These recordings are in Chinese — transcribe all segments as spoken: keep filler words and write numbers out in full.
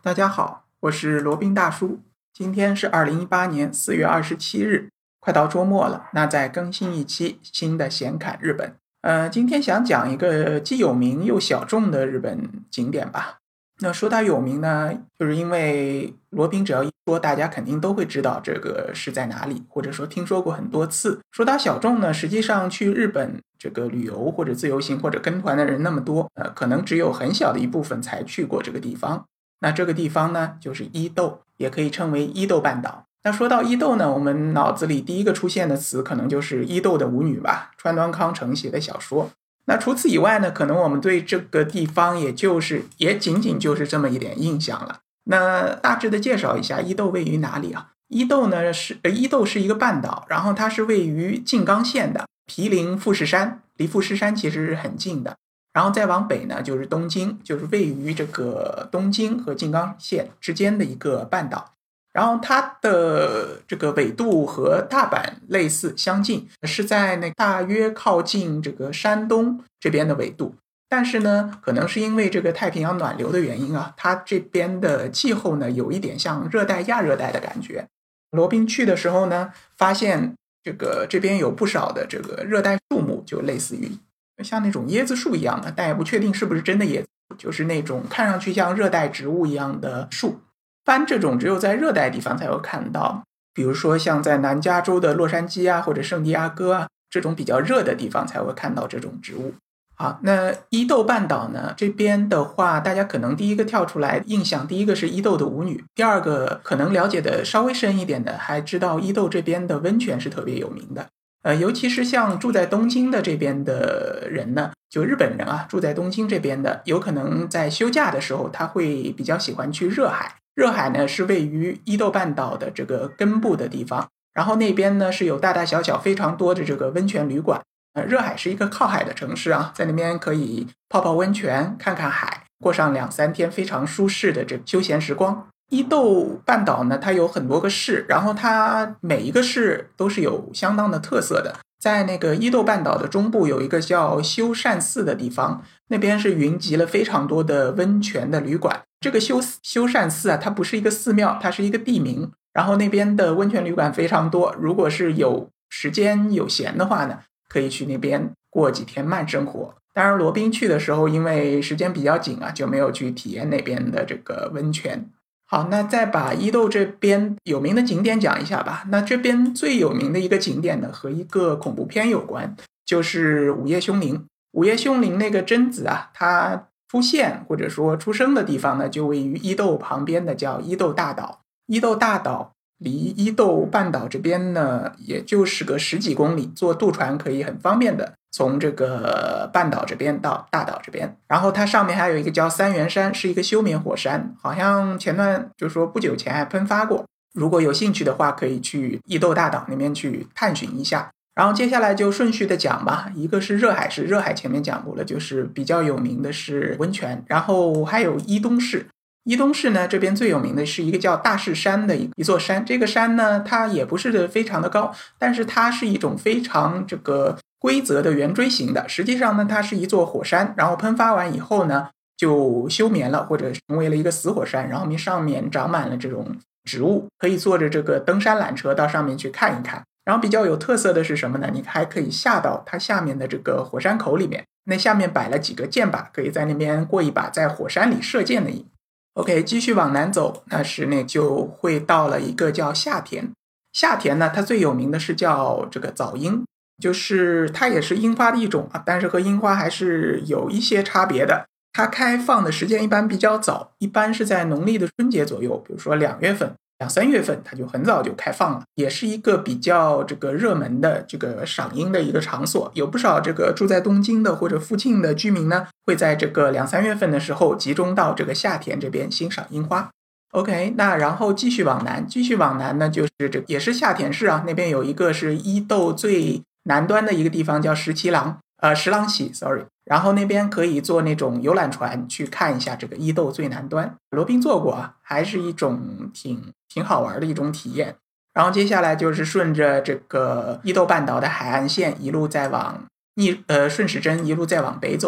大家好，我是罗宾大叔。今天是二零一八年四月二十七日，快到周末了，那再更新一期新的闲侃日本。呃，今天想讲一个既有名又小众的日本景点吧。那说它有名呢，就是因为罗宾只要一说，大家肯定都会知道这个是在哪里，或者说听说过很多次。说它小众呢，实际上去日本这个旅游或者自由行或者跟团的人那么多，呃，可能只有很小的一部分才去过这个地方。那这个地方呢，就是伊豆，也可以称为伊豆半岛。那说到伊豆呢，我们脑子里第一个出现的词可能就是伊豆的舞女吧，川端康成写的小说。那除此以外呢，可能我们对这个地方也就是也仅仅就是这么一点印象了。那大致的介绍一下伊豆位于哪里啊？伊豆呢是呃伊豆是一个半岛，然后它是位于静冈县的，毗邻富士山，离富士山其实是很近的。然后再往北呢，就是东京，就是位于这个东京和静冈县之间的一个半岛。然后它的这个纬度和大阪类似相近，是在那大约靠近这个山东这边的纬度。但是呢，可能是因为这个太平洋暖流的原因啊，它这边的气候呢有一点像热带亚热带的感觉。罗宾去的时候呢，发现这个这边有不少的这个热带树木，就类似于像那种椰子树一样的，但也不确定是不是真的椰子，就是那种看上去像热带植物一样的树。般这种只有在热带地方才会看到，比如说像在南加州的洛杉矶啊，或者圣地亚哥啊，这种比较热的地方才会看到这种植物。好，那伊豆半岛呢，这边的话，大家可能第一个跳出来印象，第一个是伊豆的舞女，第二个可能了解的稍微深一点的，还知道伊豆这边的温泉是特别有名的。呃，尤其是像住在东京的这边的人呢，就日本人啊，住在东京这边的，有可能在休假的时候，他会比较喜欢去热海。热海呢是位于伊豆半岛的这个根部的地方，然后那边呢是有大大小小非常多的这个温泉旅馆。呃，热海是一个靠海的城市啊，在那边可以泡泡温泉，看看海，过上两三天非常舒适的这休闲时光。伊豆半岛呢，它有很多个市，然后它每一个市都是有相当的特色的。在那个伊豆半岛的中部有一个叫修善寺的地方，那边是云集了非常多的温泉的旅馆。这个修修善寺啊，它不是一个寺庙，它是一个地名。然后那边的温泉旅馆非常多，如果是有时间有闲的话呢，可以去那边过几天慢生活。当然罗宾去的时候因为时间比较紧啊，就没有去体验那边的这个温泉。好，那再把伊豆这边有名的景点讲一下吧。那这边最有名的一个景点呢，和一个恐怖片有关，就是午夜凶铃。午夜凶铃那个贞子啊，它出现或者说出生的地方呢，就位于伊豆旁边的叫伊豆大岛。伊豆大岛离伊豆半岛这边呢，也就是个十几公里，坐渡船可以很方便的从这个半岛这边到大岛这边。然后它上面还有一个叫三元山，是一个休眠火山，好像前段就说不久前还喷发过。如果有兴趣的话，可以去伊豆大岛那边去探寻一下。然后接下来就顺序的讲吧，一个是热海市，热海前面讲过了，就是比较有名的是温泉。然后还有伊东市，伊东市呢，这边最有名的是一个叫大势山的一座山。这个山呢，它也不是非常的高，但是它是一种非常这个规则的圆锥形的。实际上呢，它是一座火山，然后喷发完以后呢，就休眠了，或者成为了一个死火山，然后上面长满了这种植物，可以坐着这个登山缆车到上面去看一看。然后比较有特色的是什么呢？你还可以下到它下面的这个火山口里面，那下面摆了几个箭靶，可以在那边过一把在火山里射箭的瘾。OK， 继续往南走，那是那就会到了一个叫夏田。夏田呢，它最有名的是叫这个早樱，就是它也是樱花的一种啊，但是和樱花还是有一些差别的。它开放的时间一般比较早，一般是在农历的春节左右，比如说两月份、两三月份，它就很早就开放了，也是一个比较这个热门的这个赏樱的一个场所。有不少这个住在东京的或者附近的居民呢，会在这个两三月份的时候集中到这个夏田这边欣赏樱花。OK， 那然后继续往南，继续往南呢，就是这也是夏田市啊，那边有一个是伊豆最南端的一个地方叫石岐郎，呃，石郎喜 ，sorry。然后那边可以坐那种游览船去看一下这个伊豆最南端。罗宾坐过啊，还是一种挺挺好玩的一种体验。然后接下来就是顺着这个伊豆半岛的海岸线一路再往逆呃顺时针一路再往北走。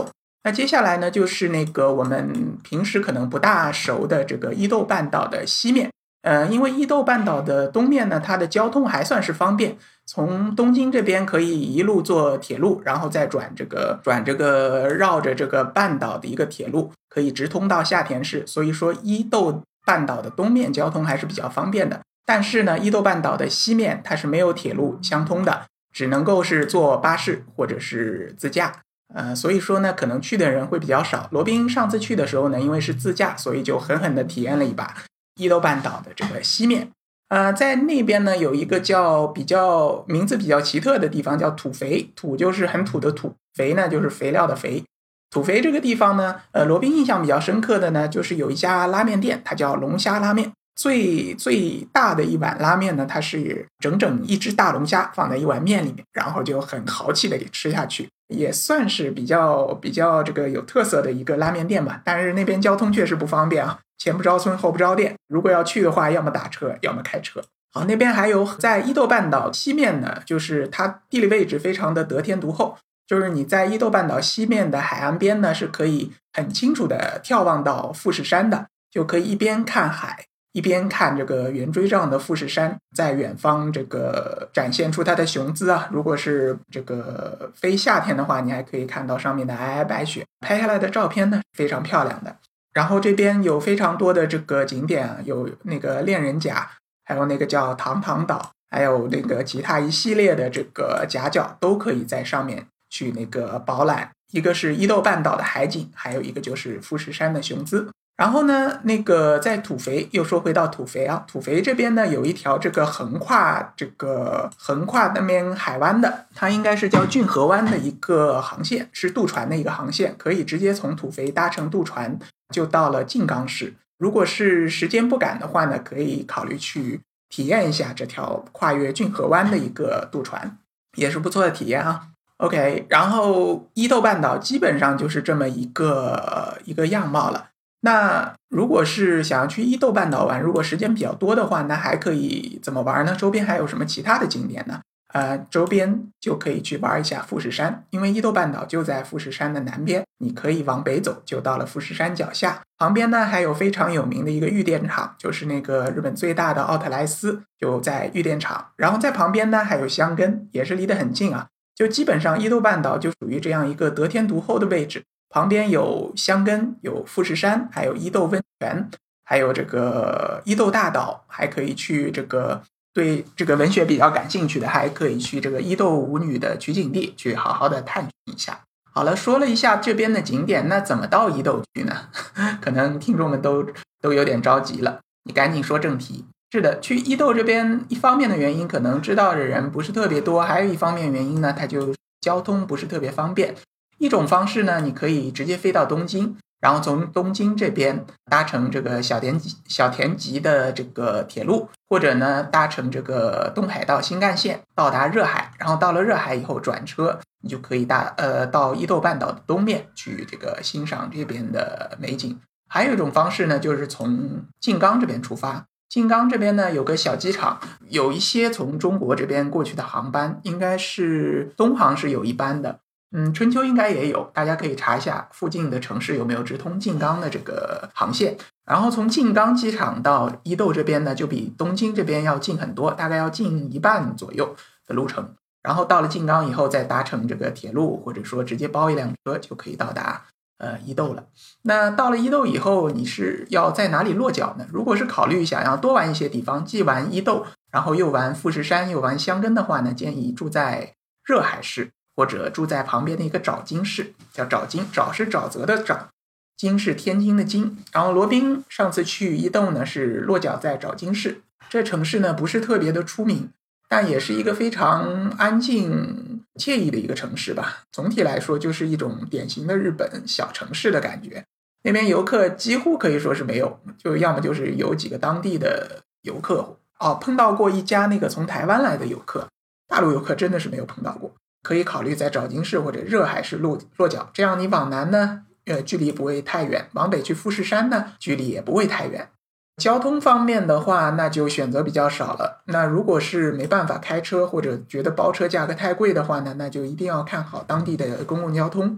那接下来呢，就是那个我们平时可能不大熟的这个伊豆半岛的西面。呃，因为伊豆半岛的东面呢，它的交通还算是方便，从东京这边可以一路坐铁路，然后再转这个转这个绕着这个半岛的一个铁路，可以直通到下田市。所以说伊豆半岛的东面交通还是比较方便的。但是呢，伊豆半岛的西面它是没有铁路相通的，只能够是坐巴士或者是自驾。呃，所以说呢，可能去的人会比较少。罗宾上次去的时候呢，因为是自驾，所以就狠狠的体验了一把伊豆半岛的这个西面。呃，在那边呢有一个叫比较名字比较奇特的地方，叫土肥。土就是很土的土，肥呢就是肥料的肥。土肥这个地方呢，呃，罗宾印象比较深刻的呢，就是有一家拉面店，它叫龙虾拉面。最最大的一碗拉面呢，它是整整一只大龙虾放在一碗面里面，然后就很豪气的给吃下去，也算是比较比较这个有特色的一个拉面店吧。但是那边交通确实不方便啊，前不着村后不着店，如果要去的话，要么打车，要么开车。好，那边还有在伊豆半岛西面呢，就是它地理位置非常的得天独厚，就是你在伊豆半岛西面的海岸边呢，是可以很清楚的眺望到富士山的，就可以一边看海一边看这个圆锥状的富士山在远方这个展现出它的雄姿啊。如果是这个非夏天的话，你还可以看到上面的皑皑白雪，拍下来的照片呢非常漂亮的。然后这边有非常多的这个景点啊，有那个恋人甲，还有那个叫堂堂岛，还有那个其他一系列的这个夹角都可以在上面去那个饱览。一个是伊豆半岛的海景，还有一个就是富士山的雄姿。然后呢，那个在土肥，又说回到土肥啊，土肥这边呢有一条这个横跨这个横跨那边海湾的，它应该是叫骏河湾的一个航线，是渡船的一个航线，可以直接从土肥搭乘渡船就到了静冈市。如果是时间不赶的话呢，可以考虑去体验一下这条跨越骏河湾的一个渡船，也是不错的体验啊。OK， 然后伊豆半岛基本上就是这么一个一个样貌了。那如果是想要去伊豆半岛玩，如果时间比较多的话，那还可以怎么玩呢？周边还有什么其他的景点呢？呃，周边就可以去玩一下富士山，因为伊豆半岛就在富士山的南边，你可以往北走就到了富士山脚下。旁边呢还有非常有名的一个御电场，就是那个日本最大的奥特莱斯就在御电场。然后在旁边呢还有箱根，也是离得很近啊。就基本上伊豆半岛就属于这样一个得天独厚的位置，旁边有箱根，有富士山，还有伊豆温泉，还有这个伊豆大岛，还可以去这个对这个文学比较感兴趣的，还可以去这个伊豆舞女的取景地去好好的探寻一下。好了，说了一下这边的景点，那怎么到伊豆去呢？可能听众们都都有点着急了，你赶紧说正题。是的，去伊豆这边一方面的原因可能知道的人不是特别多，还有一方面原因呢，它就交通不是特别方便。一种方式呢，你可以直接飞到东京，然后从东京这边搭乘这个小田急小田急的这个铁路，或者呢搭乘这个东海道新干线到达热海，然后到了热海以后转车，你就可以大呃到伊豆半岛的东面去这个欣赏这边的美景。还有一种方式呢，就是从静冈这边出发。静冈这边呢有个小机场，有一些从中国这边过去的航班，应该是东航是有一班的，嗯，春秋应该也有，大家可以查一下附近的城市有没有直通静冈的这个航线。然后从静冈机场到伊豆这边呢，就比东京这边要近很多，大概要近一半左右的路程。然后到了静冈以后，再搭乘这个铁路，或者说直接包一辆车就可以到达呃伊豆了。那到了伊豆以后，你是要在哪里落脚呢？如果是考虑想要多玩一些地方，既玩伊豆，然后又玩富士山，又玩箱根的话呢，建议住在热海市，或者住在旁边的一个沼津市，叫沼津，沼是沼泽的沼，津是天津的津。然后罗宾上次去伊豆呢，是落脚在沼津市。这城市呢不是特别的出名，但也是一个非常安静惬意的一个城市吧。总体来说就是一种典型的日本小城市的感觉。那边游客几乎可以说是没有，就要么就是有几个当地的游客哦，碰到过一家那个从台湾来的游客，大陆游客真的是没有碰到过。可以考虑在沼津市或者热海市落落脚，这样你往南呢，呃，距离不会太远；往北去富士山呢，距离也不会太远。交通方面的话，那就选择比较少了。那如果是没办法开车，或者觉得包车价格太贵的话呢，那就一定要看好当地的公共交通。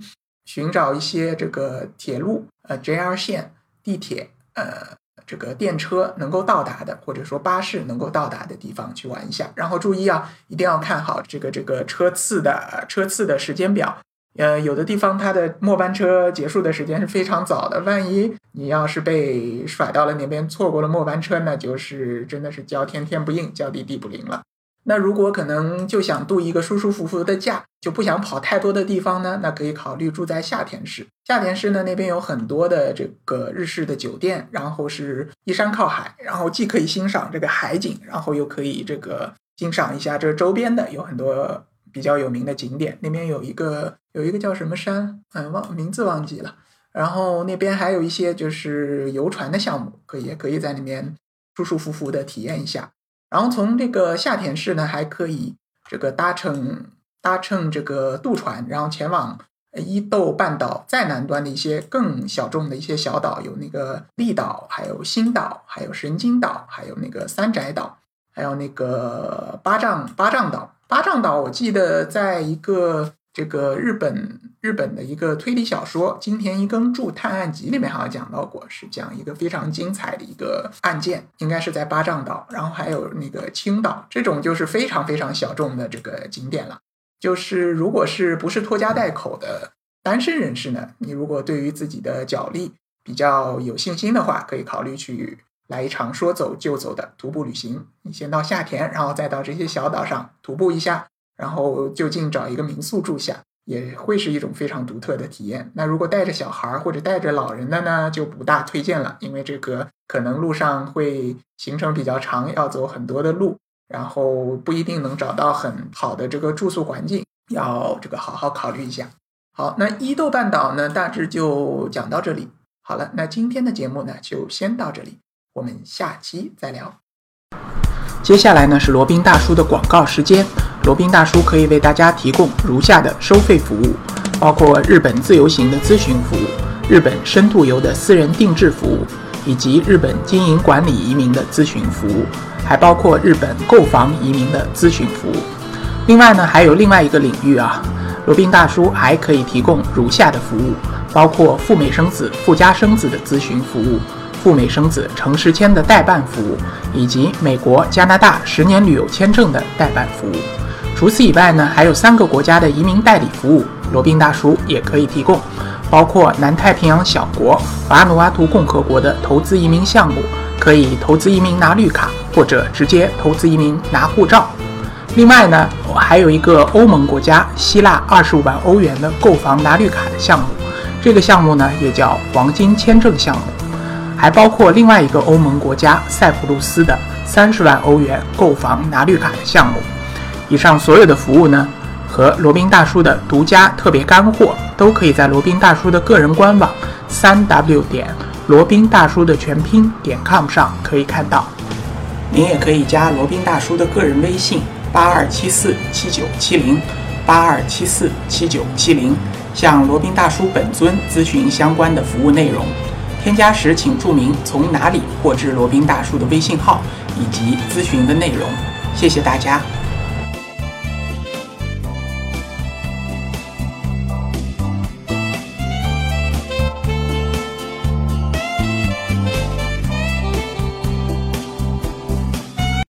寻找一些这个铁路呃 J R 线、地铁呃这个电车能够到达的，或者说巴士能够到达的地方去玩一下。然后注意啊，一定要看好这个这个车次的车次的时间表。呃，有的地方它的末班车结束的时间是非常早的，万一你要是被甩到了那边，错过了末班车，那就是真的是叫天天不应，叫地地不灵了。那如果可能就想度一个舒舒服服的假，就不想跑太多的地方呢，那可以考虑住在夏田市。夏田市呢，那边有很多的这个日式的酒店，然后是依山靠海，然后既可以欣赏这个海景，然后又可以这个欣赏一下这周边的有很多比较有名的景点。那边有一个有一个叫什么山，嗯，忘名字忘记了。然后那边还有一些就是游船的项目，可以也可以在那边舒舒服服的体验一下。然后从这个夏田市呢，还可以这个搭乘搭乘这个渡船，然后前往伊豆半岛再南端的一些更小众的一些小岛，有那个立岛，还有新岛，还有神津岛，还有那个三宅岛，还有那个八丈八丈岛。八丈岛我记得在一个这个日本日本的一个推理小说《金田一耕助探案集》里面好像讲到过，是讲一个非常精彩的一个案件，应该是在八丈岛。然后还有那个青岛，这种就是非常非常小众的这个景点了。就是如果是不是拖家带口的单身人士呢，你如果对于自己的脚力比较有信心的话，可以考虑去来一场说走就走的徒步旅行。你先到夏田，然后再到这些小岛上徒步一下，然后就近找一个民宿住下，也会是一种非常独特的体验。那如果带着小孩或者带着老人的呢，就不大推荐了，因为这个可能路上会行程比较长，要走很多的路，然后不一定能找到很好的这个住宿环境，要这个好好考虑一下。好，那伊豆半岛呢，大致就讲到这里。好了，那今天的节目呢，就先到这里，我们下期再聊。接下来呢是罗宾大叔的广告时间。罗宾大叔可以为大家提供如下的收费服务，包括日本自由行的咨询服务、日本深度游的私人定制服务，以及日本经营管理移民的咨询服务，还包括日本购房移民的咨询服务。另外呢，还有另外一个领域啊，罗宾大叔还可以提供如下的服务，包括赴美生子、赴加生子的咨询服务，赴美生子城市签的代办服务，以及美国、加拿大十年旅游签证的代办服务。除此以外呢，还有三个国家的移民代理服务，罗宾大叔也可以提供，包括南太平洋小国瓦努阿图共和国的投资移民项目，可以投资移民拿绿卡，或者直接投资移民拿护照。另外呢，还有一个欧盟国家希腊二十五万欧元的购房拿绿卡的项目，这个项目呢也叫黄金签证项目。还包括另外一个欧盟国家塞浦路斯的三十万欧元购房拿绿卡的项目。以上所有的服务呢，和罗宾大叔的独家特别干货，都可以在罗宾大叔的个人官网 三 w 点罗宾大叔的全拼点 com 上可以看到。您也可以加罗宾大叔的个人微信八二七四七九七零 八二七四七九七零，向罗宾大叔本尊咨询相关的服务内容。添加时请注明从哪里获知罗宾大叔的微信号以及咨询的内容。谢谢大家。